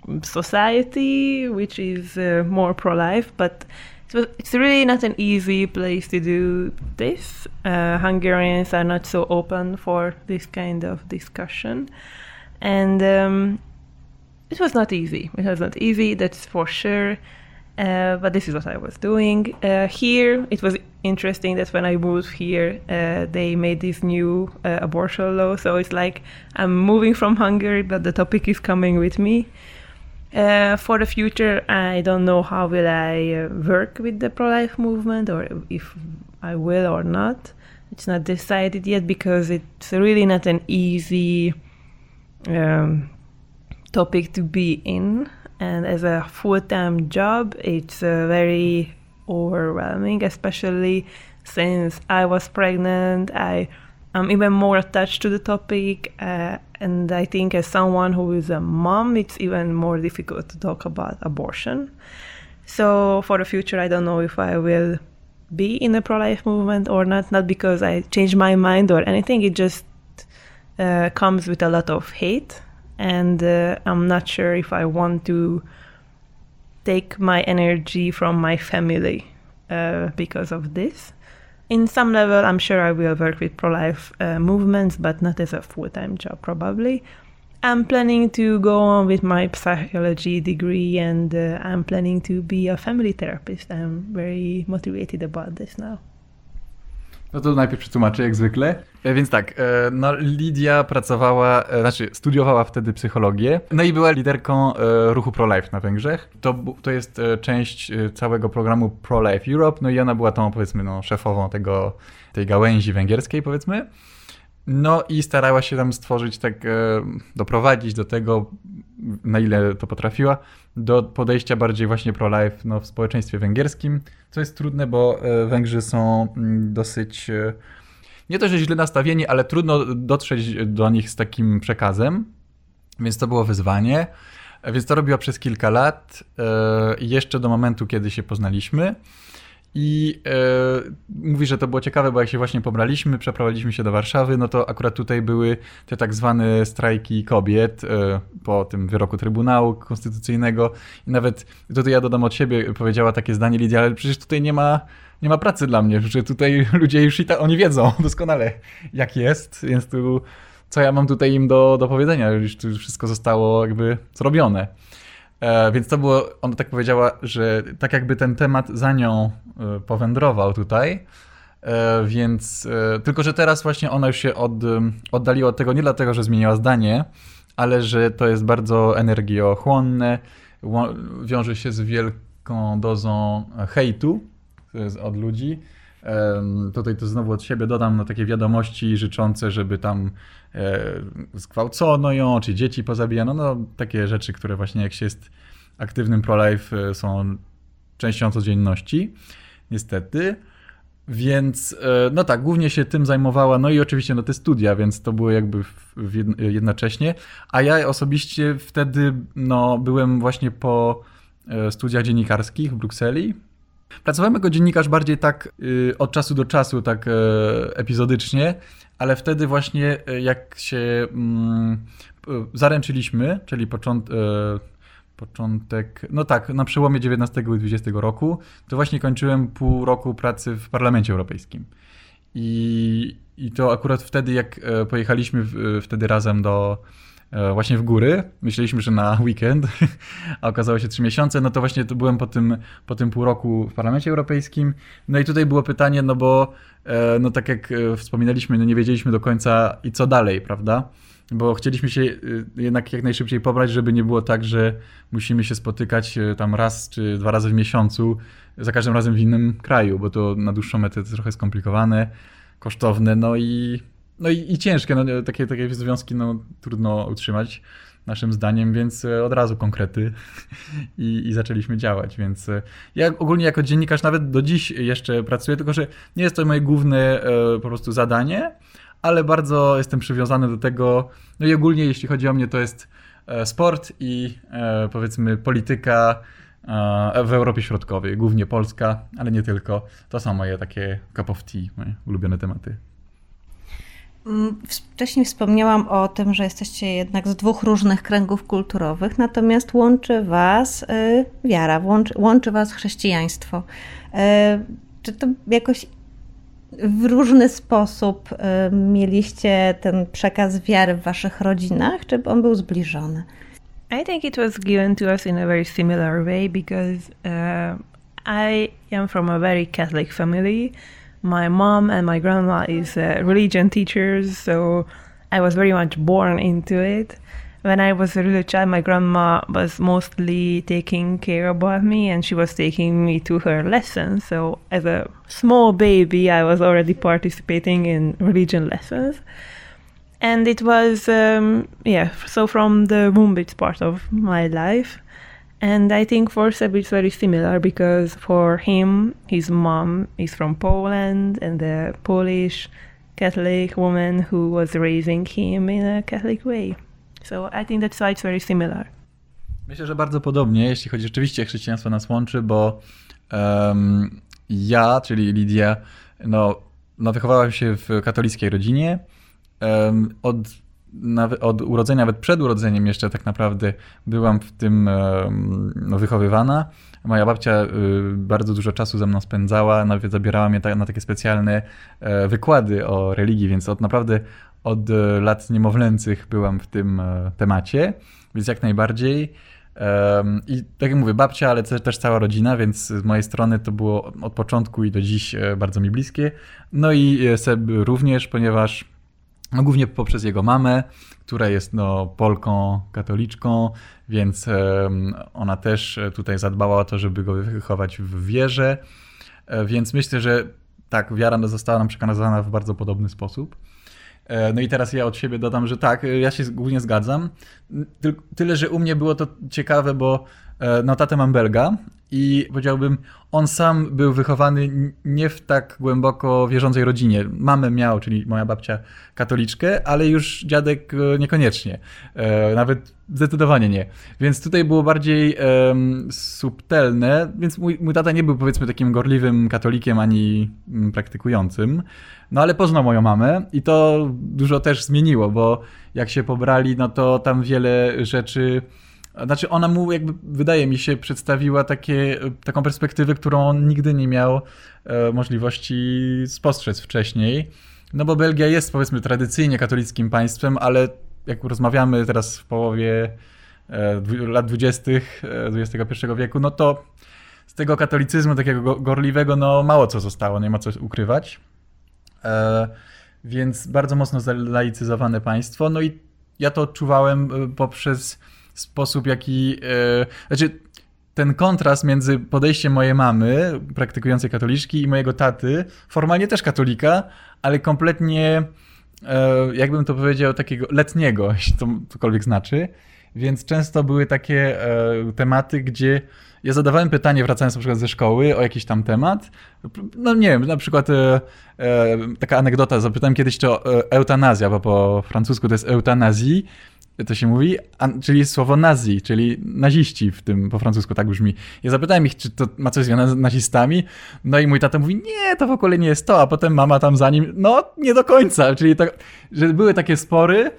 society which is uh, more pro-life, but it was, it's really not an easy place to do this. Uh, Hungarians are not so open for this kind of discussion, and um, it was not easy. It was not easy, that's for sure. Uh, but this is what I was doing. Uh, here, it was interesting that when I moved here, uh, they made this new uh, abortion law. So it's like I'm moving from Hungary, but the topic is coming with me. Uh, for the future, I don't know how will I uh, work with the pro-life movement, or if I will or not. It's not decided yet because it's really not an easy um, topic to be in. And as a full-time job, it's uh, very overwhelming, especially since I was pregnant. I am even more attached to the topic, uh, and I think as someone who is a mom, it's even more difficult to talk about abortion. So for the future, I don't know if I will be in the pro-life movement or not, not because I changed my mind or anything, it just uh, comes with a lot of hate. And uh, I'm not sure if I want to take my energy from my family uh, because of this. In some level, I'm sure I will work with pro-life uh, movements, but not as a full-time job, probably. I'm planning to go on with my psychology degree, and uh, I'm planning to be a family therapist. I'm very motivated about this now. No to najpierw przetłumaczę, jak zwykle. Więc tak, no Lidia pracowała, znaczy studiowała wtedy psychologię, no i była liderką ruchu Pro-Life na Węgrzech. To, to jest część całego programu Pro-Life Europe, no i ona była tą, powiedzmy, no, szefową tego, tej gałęzi węgierskiej, powiedzmy. No i starała się tam stworzyć, tak doprowadzić do tego, na ile to potrafiła, do podejścia bardziej właśnie pro-life no, w społeczeństwie węgierskim, co jest trudne, bo Węgrzy są dosyć, nie to, że źle nastawieni, ale trudno dotrzeć do nich z takim przekazem, więc to było wyzwanie. Więc to robiła przez kilka lat, jeszcze do momentu, kiedy się poznaliśmy. I e, mówi, że to było ciekawe, bo jak się właśnie pobraliśmy, przeprowadziliśmy się do Warszawy, no to akurat tutaj były te tak zwane strajki kobiet e, po tym wyroku Trybunału Konstytucyjnego. I nawet tutaj ja dodam od siebie, powiedziała takie zdanie Lidia, ale przecież tutaj nie ma, nie ma pracy dla mnie, że tutaj ludzie już i tak, oni wiedzą doskonale jak jest, więc tu co ja mam tutaj im do, do powiedzenia, już tu wszystko zostało jakby zrobione. E, więc to było, ona tak powiedziała, że tak jakby ten temat za nią e, powędrował tutaj, e, więc e, tylko, że teraz właśnie ona już się od, oddaliła od tego nie dlatego, że zmieniła zdanie, ale że to jest bardzo energiochłonne, wiąże się z wielką dozą hejtu od ludzi. Tutaj to znowu od siebie dodam no, takie wiadomości życzące, żeby tam e, zgwałcono ją, czy dzieci pozabijano, no takie rzeczy, które właśnie jak się jest aktywnym pro-life są częścią codzienności, niestety. Więc no tak, głównie się tym zajmowała, no i oczywiście no te studia, więc to było jakby w, w jednocześnie, a ja osobiście wtedy no byłem właśnie po studiach dziennikarskich w Brukseli. Pracowałem jako dziennikarz bardziej tak y, od czasu do czasu, tak y, epizodycznie, ale wtedy właśnie y, jak się y, y, zaręczyliśmy, czyli począt, y, początek, no tak, na przełomie dziewiętnastego i dwudziestego roku, to właśnie kończyłem pół roku pracy w Parlamencie Europejskim. I, i to akurat wtedy, jak y, pojechaliśmy w, y, wtedy razem do właśnie w góry. Myśleliśmy, że na weekend, a okazało się trzy miesiące, no to właśnie to byłem po tym, po tym pół roku w Parlamencie Europejskim. No i tutaj było pytanie, no bo no tak jak wspominaliśmy, no nie wiedzieliśmy do końca i co dalej, prawda? Bo chcieliśmy się jednak jak najszybciej pobrać, żeby nie było tak, że musimy się spotykać tam raz czy dwa razy w miesiącu, za każdym razem w innym kraju, bo to na dłuższą metę to trochę skomplikowane, kosztowne, no i No i, i ciężkie, no, takie, takie związki no, trudno utrzymać naszym zdaniem, więc od razu konkrety i, i zaczęliśmy działać. Więc ja ogólnie jako dziennikarz nawet do dziś jeszcze pracuję, tylko że nie jest to moje główne po prostu zadanie, ale bardzo jestem przywiązany do tego. No i ogólnie jeśli chodzi o mnie, to jest sport i powiedzmy polityka w Europie Środkowej, głównie Polska, ale nie tylko. To są moje takie cup of tea, moje ulubione tematy. Wcześniej wspomniałam o tym, że jesteście jednak z dwóch różnych kręgów kulturowych, natomiast łączy was wiara, łączy, łączy was chrześcijaństwo. Czy to jakoś w różny sposób mieliście ten przekaz wiary w waszych rodzinach, czy on był zbliżony? I think it was given to us in a very similar way because uh, I am from a very Catholic family. My mom and my grandma is uh, religion teachers, so I was very much born into it. When I was a little child, my grandma was mostly taking care about me and she was taking me to her lessons. So as a small baby, I was already participating in religion lessons. And it was, um, yeah, so from the womb it's part of my life. And I think for Seb it's very similar because for him, his mom is from Poland and the Polish Catholic woman who was raising him in a Catholic way. So I think that's why it's very similar. Myślę, że bardzo podobnie, jeśli chodzi rzeczywiście chrześcijaństwo nas łączy, bo um, ja, czyli Lidia, no, no wychowałam się w katolickiej rodzinie. Um, od Nawet od urodzenia, nawet przed urodzeniem jeszcze tak naprawdę byłam w tym no, wychowywana. Moja babcia bardzo dużo czasu ze mną spędzała, nawet zabierała mnie na takie specjalne wykłady o religii, więc od naprawdę od lat niemowlęcych byłam w tym temacie, więc jak najbardziej. I tak jak mówię, babcia, ale też cała rodzina, więc z mojej strony to było od początku i do dziś bardzo mi bliskie. No i Seb również, ponieważ no, głównie poprzez jego mamę, która jest no, Polką, katoliczką, więc um, ona też tutaj zadbała o to, żeby go wychować w wierze. E, więc myślę, że tak, wiara została nam przekazana w bardzo podobny sposób. E, no i teraz ja od siebie dodam, że tak, ja się głównie zgadzam. Ty, tyle, że u mnie było to ciekawe, bo e, no tatę mam Belga i powiedziałbym, on sam był wychowany nie w tak głęboko wierzącej rodzinie. Mamę miał, czyli moja babcia, katoliczkę, ale już dziadek niekoniecznie. E, nawet zdecydowanie nie. Więc tutaj było bardziej e, subtelne, więc mój, mój tata nie był powiedzmy takim gorliwym katolikiem ani m, praktykującym. No ale poznał moją mamę i to dużo też zmieniło, bo jak się pobrali, no to tam wiele rzeczy... Znaczy ona mu jakby, wydaje mi się, przedstawiła takie, taką perspektywę, którą on nigdy nie miał e, możliwości spostrzec wcześniej. No bo Belgia jest powiedzmy tradycyjnie katolickim państwem, ale jak rozmawiamy teraz w połowie e, dwu, lat dwudziestych dwudziestego pierwszego wieku, no to z tego katolicyzmu takiego gorliwego no mało co zostało, nie ma co ukrywać. E, więc bardzo mocno zalaicyzowane państwo. No i ja to odczuwałem poprzez sposób, jaki... E, znaczy, ten kontrast między podejściem mojej mamy, praktykującej katoliczki, i mojego taty, formalnie też katolika, ale kompletnie, e, jakbym to powiedział, takiego letniego, jeśli to cokolwiek znaczy. Więc często były takie e, tematy, gdzie ja zadawałem pytanie, wracając na przykład ze szkoły, o jakiś tam temat. No nie wiem, na przykład e, e, taka anegdota, zapytałem kiedyś, czy o, e, eutanazja, bo po francusku to jest eutanazji, to się mówi, a, czyli słowo nazi, czyli naziści w tym po francusku tak brzmi. Ja zapytałem ich, czy to ma coś związane z nazistami, no i mój tata mówi, nie, to w ogóle nie jest to, a potem mama tam za nim, no nie do końca, czyli to, że były takie spory.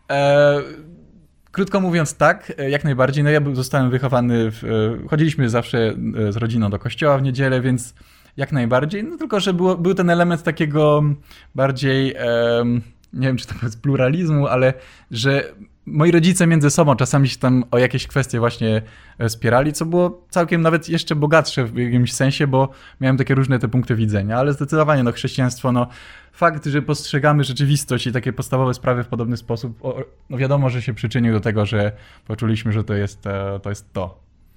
E, krótko mówiąc tak, jak najbardziej, no ja zostałem wychowany, w, chodziliśmy zawsze z rodziną do kościoła w niedzielę, więc jak najbardziej, no tylko, że było, był ten element takiego bardziej, e, nie wiem, czy to jest pluralizmu, ale że moi rodzice między sobą czasami się tam o jakieś kwestie właśnie spierali, co było całkiem nawet jeszcze bogatsze w jakimś sensie, bo miałem takie różne te punkty widzenia, ale zdecydowanie no chrześcijaństwo, no fakt, że postrzegamy rzeczywistość i takie podstawowe sprawy w podobny sposób, no wiadomo, że się przyczynił do tego, że poczuliśmy, że to jest to. Jest to.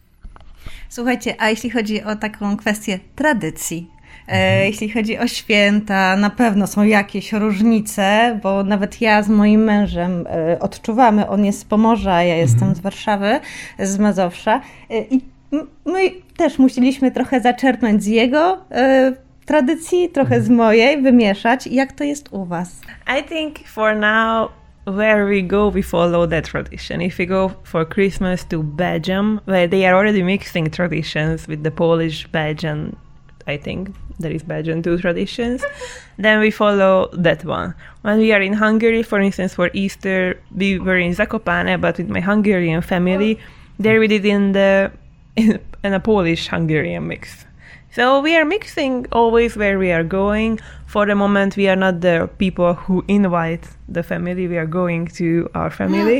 Słuchajcie, a jeśli chodzi o taką kwestię tradycji, E, jeśli chodzi o święta, na pewno są jakieś różnice, bo nawet ja z moim mężem e, odczuwamy, on jest z Pomorza, ja jestem mhm. z Warszawy, z Mazowsza e, i my też musieliśmy trochę zaczerpnąć z jego e, tradycji, trochę z mojej, wymieszać. Jak to jest u was? I think for now, where we go, we follow that tradition. If we go for Christmas to Belgium, where they are already mixing traditions with the Polish, Belgian, I think there is Belgian two traditions, then we follow that one. When we are in Hungary, for instance, for Easter, we were in Zakopane, but with my Hungarian family, there we did in the in, in a Polish-Hungarian mix. So we are mixing always where we are going. For the moment, we are not the people who invite the family. We are going to our family.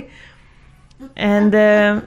And uh,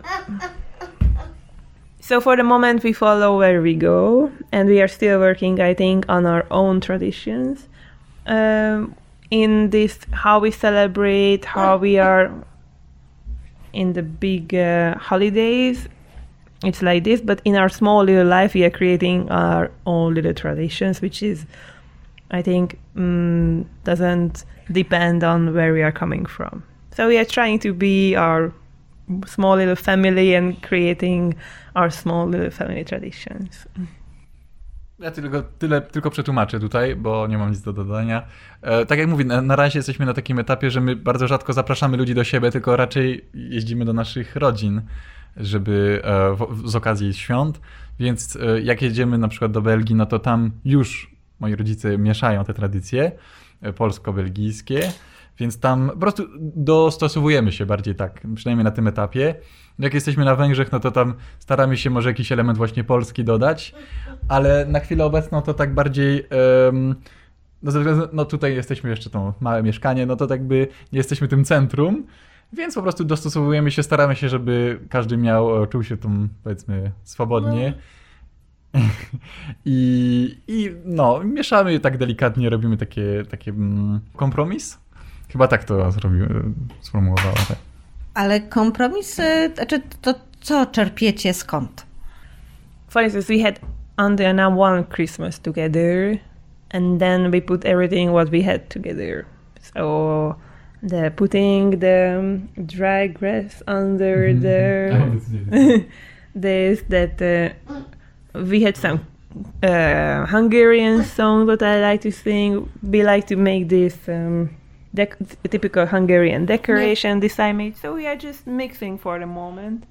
so for the moment, we follow where we go. And we are still working, I think, on our own traditions. Um, in this, how we celebrate, how we are in the big uh, holidays. It's like this, but in our small little life, we are creating our own little traditions, which is, I think, um, doesn't depend on where we are coming from. So we are trying to be our small little family and creating our small little family traditions. Ja tylko, tyle tylko przetłumaczę tutaj, bo nie mam nic do dodania. E, tak jak mówię, na, na razie jesteśmy na takim etapie, że my bardzo rzadko zapraszamy ludzi do siebie, tylko raczej jeździmy do naszych rodzin, żeby e, w, z okazji świąt, więc e, jak jedziemy na przykład do Belgii, no to tam już moi rodzice mieszają te tradycje e, polsko-belgijskie, więc tam po prostu dostosowujemy się bardziej tak, przynajmniej na tym etapie. Jak jesteśmy na Węgrzech, no to tam staramy się może jakiś element właśnie polski dodać, ale na chwilę obecną to tak bardziej... Um, no, no tutaj jesteśmy jeszcze to małe mieszkanie, no to tak by nie jesteśmy tym centrum, więc po prostu dostosowujemy się, staramy się, żeby każdy miał, czuł się tam, powiedzmy, swobodnie. No. I, I no, mieszamy tak delikatnie, robimy takie, takie mm, kompromis. Chyba tak to zrobiłem, sformułowałem. Tak. Ale kompromis, znaczy to co czerpiecie skąd? For instance, we had only now one Christmas together, and then we put everything what we had together. So the putting the dry grass under the this that uh, we had some uh, Hungarian songs that I like to sing. We like to make this um, dec- typical Hungarian decoration. Yeah. This I made, so we are just mixing for the moment.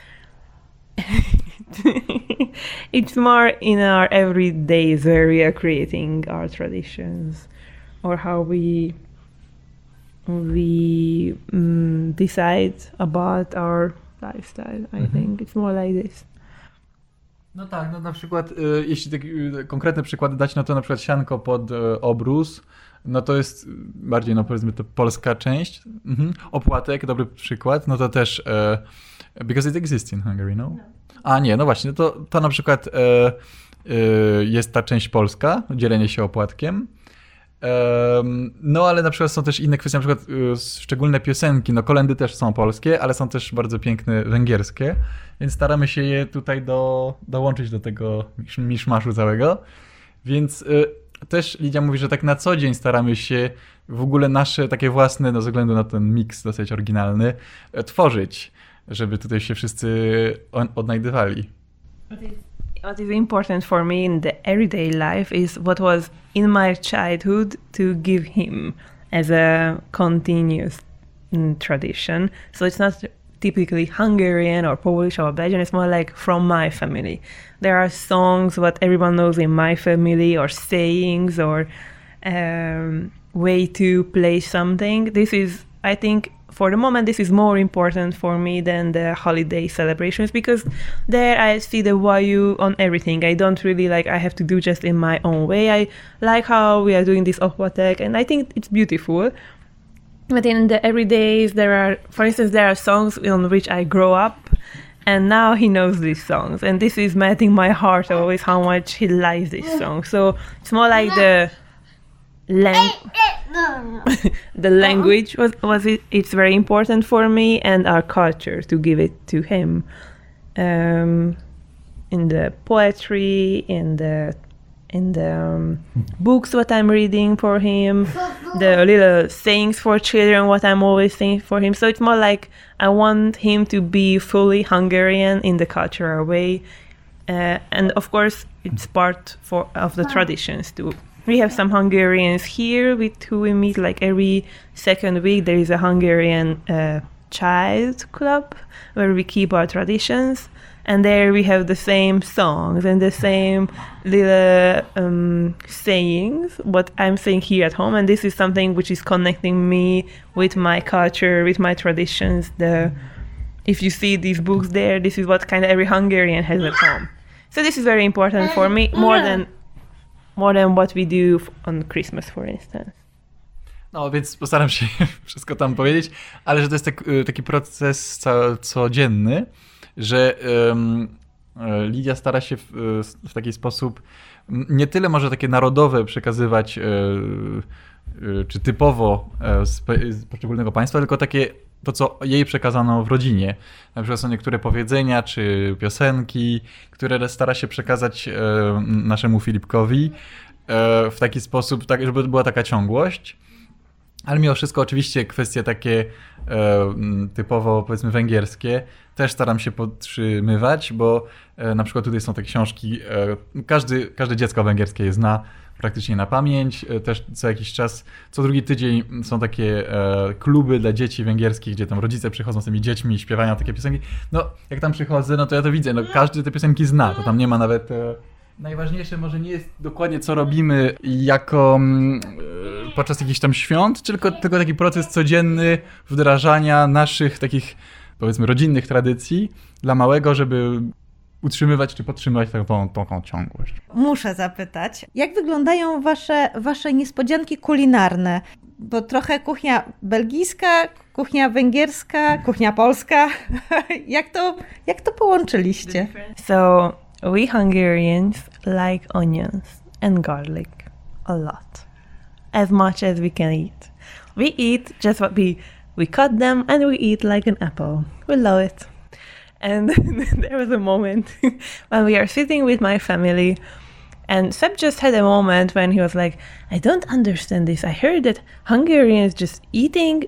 It's more in our everydays where we are creating our traditions, or how we we um, decide about our lifestyle. I mm-hmm. think it's more like this. No tak, no na przykład, y, jeśli taki y, konkretny przykład dać, no to na przykład sianko pod y, obrus, no to jest bardziej, no powiedzmy, to polska część. Mhm. Opłatek, dobry przykład, no to też y, because it exists in Hungary, no? A nie, no właśnie, to, to na przykład y, y, jest ta część polska, dzielenie się opłatkiem. Um, no ale na przykład są też inne kwestie, na przykład y, szczególne piosenki, no kolędy też są polskie, ale są też bardzo piękne węgierskie, więc staramy się je tutaj do, dołączyć do tego misz, miszmaszu całego. Więc y, też Lidia mówi, że tak na co dzień staramy się w ogóle nasze takie własne, no ze względu na ten miks dosyć oryginalny, y, tworzyć, żeby tutaj się wszyscy on, odnajdywali. What is important for me in the everyday life is what was in my childhood to give him as a continuous mm, tradition. So it's not typically Hungarian or Polish or Belgian, it's more like from my family. There are songs what everyone knows in my family, or sayings, or um, way to play something. This is, I think, for the moment, this is more important for me than the holiday celebrations, because there I see the value on everything. I don't really like, I have to do just in my own way. I like how we are doing this Opvatek, and I think it's beautiful. But in the everydays, there are, for instance, there are songs on which I grow up, and now he knows these songs. And this is melting my heart always, how much he likes these songs. So it's more like the Lang- the language was was it, it's very important for me, and our culture to give it to him, um, in the poetry, in the in the um, books what I'm reading for him, the little sayings for children what I'm always saying for him. So it's more like I want him to be fully Hungarian in the cultural way, uh, and of course it's part for of the traditions too. We have some Hungarians here with who we meet like every second week. There is a Hungarian uh, child club where we keep our traditions, and there we have the same songs and the same little um, sayings what I'm saying here at home, and this is something which is connecting me with my culture, with my traditions. The if you see these books there, this is what kind of every Hungarian has at home. So this is very important for me, more than more than what we do on Christmas, for instance. No, więc postaram się wszystko tam powiedzieć, ale że to jest tak, taki proces co, codzienny, że um, Lidia stara się w, w taki sposób nie tyle może takie narodowe przekazywać, czy typowo z, z poszczególnego państwa, tylko takie to, co jej przekazano w rodzinie. Na przykład są niektóre powiedzenia czy piosenki, które stara się przekazać e, naszemu Filipkowi e, w taki sposób, tak, żeby była taka ciągłość. Ale mimo wszystko oczywiście kwestie takie e, typowo, powiedzmy, węgierskie też staram się podtrzymywać, bo e, na przykład tutaj są te książki, e, każdy, każde dziecko węgierskie je zna praktycznie na pamięć. Też co jakiś czas, co drugi tydzień są takie e, kluby dla dzieci węgierskich, gdzie tam rodzice przychodzą z tymi dziećmi i śpiewają takie piosenki. No, jak tam przychodzę, no to ja to widzę, no każdy te piosenki zna, to tam nie ma nawet... E, najważniejsze może nie jest dokładnie co robimy jako e, podczas jakichś tam świąt, tylko, tylko taki proces codzienny wdrażania naszych takich, powiedzmy, rodzinnych tradycji dla małego, żeby utrzymywać czy podtrzymywać taką, taką ciągłość. Muszę zapytać, jak wyglądają wasze, wasze niespodzianki kulinarne? Bo trochę kuchnia belgijska, kuchnia węgierska, kuchnia polska. jak, to, jak to połączyliście? So, we Hungarians like onions and garlic a lot. As much as we can eat. We eat just what we, we cut them and we eat like an apple. We love it. And there was a moment when we are sitting with my family, and Seb just had a moment when he was like, I don't understand this. I heard that Hungarians just eating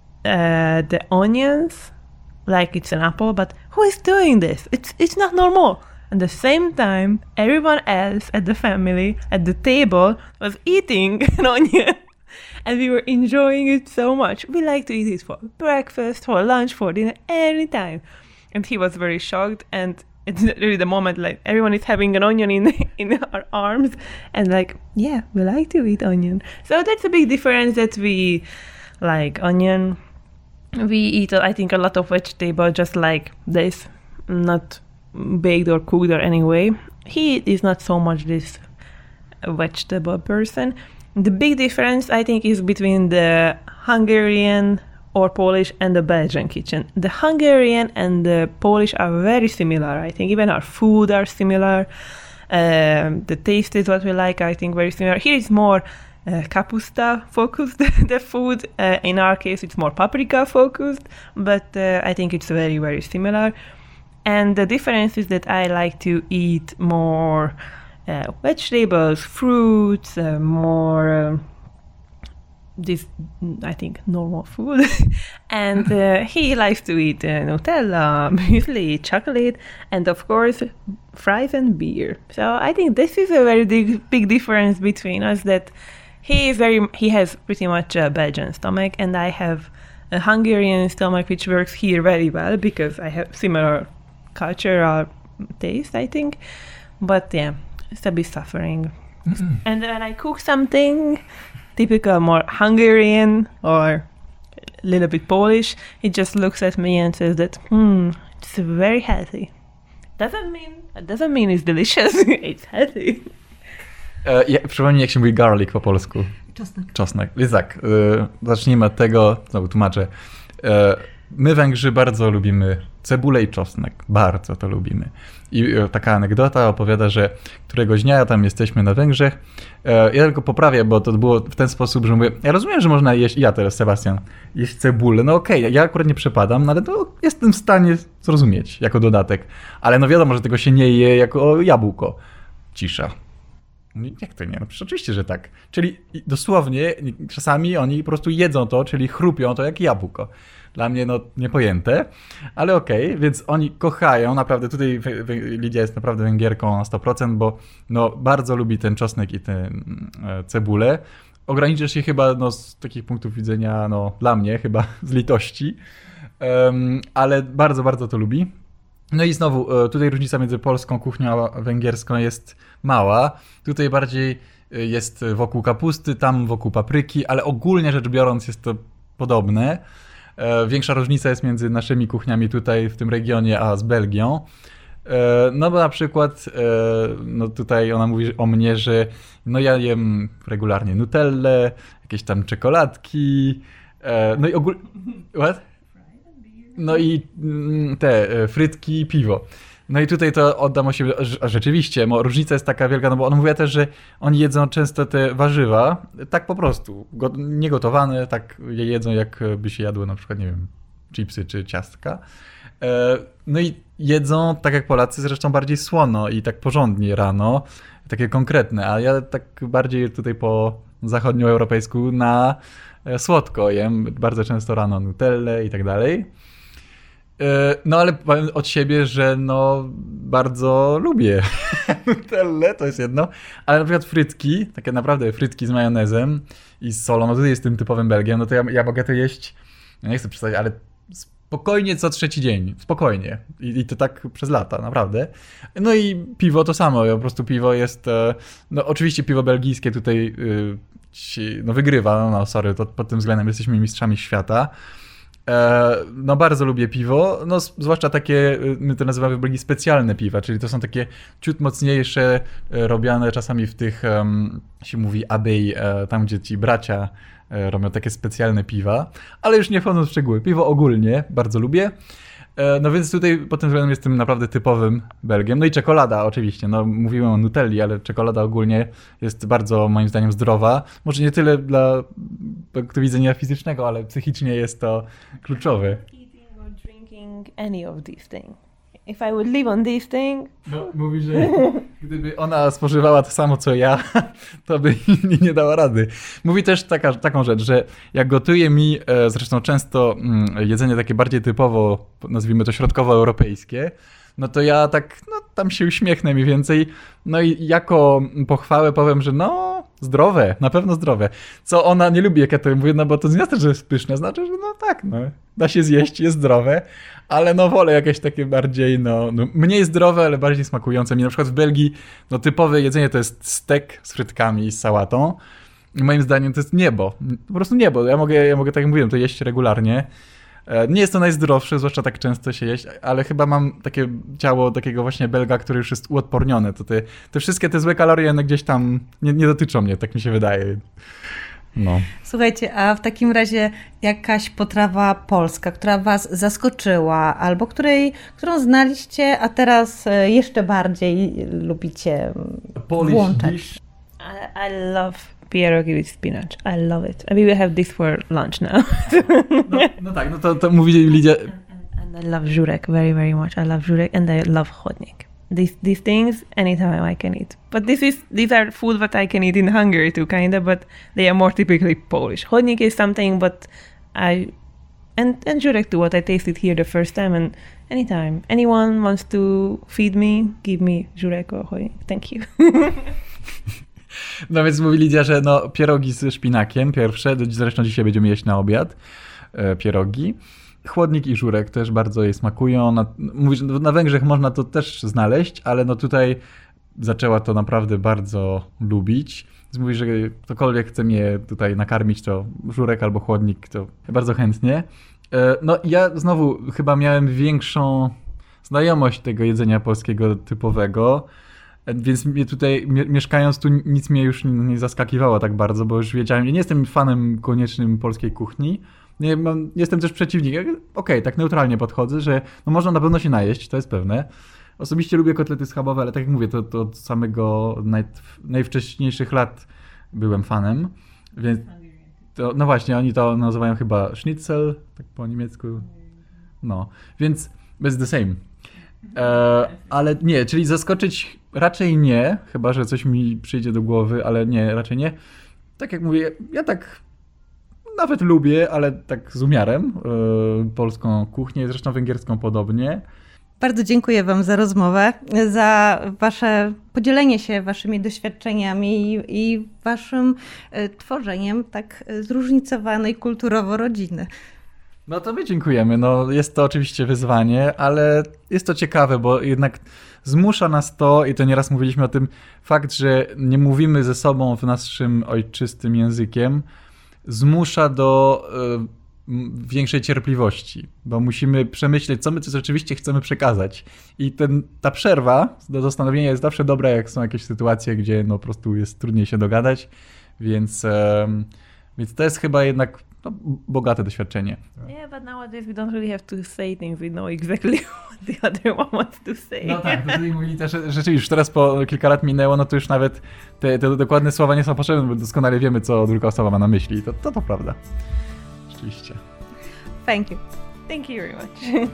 uh, the onions like it's an apple, but who is doing this? It's it's not normal. At the same time, everyone else at the family, at the table, was eating an onion. And we were enjoying it so much. We like to eat it for breakfast, for lunch, for dinner, anytime. And he was very shocked, and it's really the moment like everyone is having an onion in in our arms, and like, yeah, we like to eat onion. So that's a big difference, that we like onion. We eat, I think, a lot of vegetable just like this, not baked or cooked or anyway. He is not so much this vegetable person. The big difference, I think, is between the Hungarian or Polish and the Belgian kitchen. The Hungarian and the Polish are very similar. I think even our food are similar. Um, the taste is what we like, I think, very similar. Here it's more uh, kapusta focused, the food. Uh, in our case, it's more paprika focused, but uh, I think it's very, very similar. And the difference is that I like to eat more uh, vegetables, fruits, uh, more um, this, I think, normal food. And uh, he likes to eat uh, Nutella, muesli, chocolate, and of course, fries and beer. So I think this is a very big, big difference between us, that he is very, he has pretty much a Belgian stomach, and I have a Hungarian stomach, which works here very well because I have similar cultural taste, I think. But yeah, it's a bit suffering. Mm-hmm. And when I cook something typical, more Hungarian or a little bit Polish, it just looks at me and says that, hmm, it's very healthy. Doesn't mean, doesn't mean it's delicious, it's healthy. E, ja, przypomnij, jak się mówi garlic po polsku. Czosnek. Czosnek. Więc tak, e, zacznijmy od tego, znowu tłumaczę. E, my Węgrzy bardzo lubimy cebulę i czosnek. Bardzo to lubimy. I e, taka anegdota opowiada, że któregoś dnia tam jesteśmy na Węgrzech. E, ja tylko poprawię, bo to było w ten sposób, że mówię, ja rozumiem, że można jeść, ja teraz, Sebastian, jeść cebulę. No okej, okay, ja akurat nie przepadam, no ale to jestem w stanie zrozumieć jako dodatek. Ale no wiadomo, że tego się nie je jako jabłko. Cisza. Jak to nie? No przecież oczywiście, że tak. Czyli dosłownie czasami oni po prostu jedzą to, czyli chrupią to jak jabłko. Dla mnie no niepojęte, ale okej, okay, więc oni kochają, naprawdę tutaj Lidia jest naprawdę Węgierką na sto procent, bo no bardzo lubi ten czosnek i tę cebulę. Ogranicza się chyba no, z takich punktów widzenia, no dla mnie chyba z litości, um, ale bardzo, bardzo to lubi. No i znowu, tutaj różnica między polską kuchnią a węgierską jest mała. Tutaj bardziej jest wokół kapusty, tam wokół papryki, ale ogólnie rzecz biorąc jest to podobne. Większa różnica jest między naszymi kuchniami tutaj w tym regionie, a z Belgią. No bo na przykład, no tutaj ona mówi o mnie, że no ja jem regularnie Nutellę, jakieś tam czekoladki, no i ogólnie... What? No i te frytki i piwo. No i tutaj to oddam o siebie, a rzeczywiście, bo różnica jest taka wielka, no bo on mówi też, że oni jedzą często te warzywa, tak po prostu, niegotowane, tak je jedzą, jakby się jadło na przykład, nie wiem, chipsy czy ciastka. No i jedzą, tak jak Polacy, zresztą bardziej słono i tak porządnie rano, takie konkretne, a ja tak bardziej tutaj po zachodnioeuropejsku na słodko jem, bardzo często rano Nutellę i tak dalej. No ale powiem od siebie, że no bardzo lubię Nutellę, to jest jedno, ale na przykład frytki, takie naprawdę frytki z majonezem i z solą, no tutaj jest tym typowym Belgiem, no to ja, ja mogę to jeść, no nie chcę przedstawić, ale spokojnie co trzeci dzień, spokojnie I, i to tak przez lata, naprawdę. No i piwo to samo, po prostu piwo jest, no oczywiście piwo belgijskie tutaj no wygrywa, no, no sorry, to pod tym względem jesteśmy mistrzami świata. No bardzo lubię piwo, no zwłaszcza takie, my to nazywamy w Belgii specjalne piwa, czyli to są takie ciut mocniejsze, robione czasami w tych, um, się mówi abbey, tam gdzie ci bracia robią takie specjalne piwa, ale już nie wchodząc w szczegóły, piwo ogólnie bardzo lubię. No więc tutaj pod tym względem jestem naprawdę typowym Belgiem. No i czekolada oczywiście, no mówiłem o Nutelli, ale czekolada ogólnie jest bardzo moim zdaniem zdrowa. Może nie tyle dla punktu widzenia fizycznego, ale psychicznie jest to kluczowe. Eating or drinking any of these things. If I would live on this thing... No, mówi, że gdyby ona spożywała to samo co ja, to by mi nie dała rady. Mówi też taka, taką rzecz, że jak gotuje mi, zresztą często jedzenie takie bardziej typowo, nazwijmy to środkowoeuropejskie, no to ja tak, no tam się uśmiechnę mniej więcej, no i jako pochwałę powiem, że no zdrowe, na pewno zdrowe. Co ona nie lubi, jak ja to mówię, no bo to nie znaczy, że jest pyszne, znaczy, że no tak, no da się zjeść, jest zdrowe, ale no wolę jakieś takie bardziej, no, no mniej zdrowe, ale bardziej smakujące. Mi na przykład w Belgii, no typowe jedzenie to jest stek z frytkami i z sałatą. I moim zdaniem to jest niebo, po prostu niebo. Ja mogę, ja mogę tak jak mówiłem, to jeść regularnie. Nie jest to najzdrowsze, zwłaszcza tak często się jeść, ale chyba mam takie ciało takiego właśnie Belga, który już jest uodpornione. To te, te wszystkie te złe kalorie one gdzieś tam nie, nie dotyczą mnie, tak mi się wydaje. No. Słuchajcie, a w takim razie jakaś potrawa polska, która was zaskoczyła, albo której, którą znaliście, a teraz jeszcze bardziej lubicie włączać? I, I love pierogi with spinach. I love it. I mean, we have this for lunch now. no, no tak, no to, to mówi Lidia. And, and I love żurek very, very much. I love żurek and I love chodnik. These these things anytime I can eat. But this is these are food that I can eat in Hungary too, kinda, but they are more typically Polish. Chodnik is something, but I and and żurek too. What I tasted here the first time, and anytime anyone wants to feed me, give me żurek or chodnik. Thank you. No więc mówi Lidia, że no pierogi ze szpinakiem pierwsze, zresztą dzisiaj będziemy jeść na obiad e, pierogi. Chłodnik i żurek też bardzo jej smakują. Na, mówisz, na Węgrzech można to też znaleźć, ale no tutaj zaczęła to naprawdę bardzo lubić. Więc mówi, że ktokolwiek chce mnie tutaj nakarmić, to żurek albo chłodnik, to bardzo chętnie. No ja znowu chyba miałem większą znajomość tego jedzenia polskiego typowego, więc mnie tutaj, mieszkając tu, nic mnie już nie zaskakiwało tak bardzo, bo już wiedziałem, ja nie jestem fanem koniecznym polskiej kuchni. Nie, mam, jestem też przeciwnikiem. Okej, okay, tak neutralnie podchodzę, że no można na pewno się najeść, to jest pewne. Osobiście lubię kotlety schabowe, ale tak jak mówię, to, to od samego naj, najwcześniejszych lat byłem fanem. Więc to, no właśnie, oni to nazywają chyba schnitzel, tak po niemiecku. No, więc it's the same. E, ale nie, czyli zaskoczyć raczej nie, chyba że coś mi przyjdzie do głowy, ale nie, raczej nie. Tak jak mówię, ja tak nawet lubię, ale tak z umiarem yy, polską kuchnię, zresztą węgierską podobnie. Bardzo dziękuję Wam za rozmowę, za Wasze podzielenie się Waszymi doświadczeniami i, i Waszym y, tworzeniem tak zróżnicowanej kulturowo rodziny. No to my dziękujemy. No, jest to oczywiście wyzwanie, ale jest to ciekawe, bo jednak zmusza nas to, i to nieraz mówiliśmy o tym, fakt, że nie mówimy ze sobą w naszym ojczystym językiem, zmusza do y, większej cierpliwości, bo musimy przemyśleć, co my coś rzeczywiście chcemy przekazać. I ten, ta przerwa do zastanowienia jest zawsze dobra, jak są jakieś sytuacje, gdzie no, po prostu jest trudniej się dogadać, więc, y, więc to jest chyba jednak no, bogate doświadczenie. Yeah, but nowadays we don't really have to say things. We know exactly what the other one wants to say. No tak, to tutaj mówili też, że rzeczywiście już teraz po kilka lat minęło, no to już nawet te, te dokładne słowa nie są potrzebne, bo doskonale wiemy, co druga osoba ma na myśli. To to, to prawda. Rzeczywiście. Thank you. Thank you very much.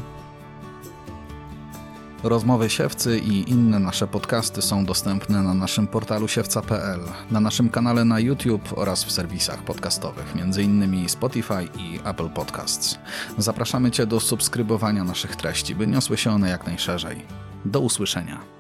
Rozmowy Siewcy i inne nasze podcasty są dostępne na naszym portalu siewca kropka p l, na naszym kanale na YouTube oraz w serwisach podcastowych, między innymi Spotify i Apple Podcasts. Zapraszamy Cię do subskrybowania naszych treści, by niosły się one jak najszerzej. Do usłyszenia.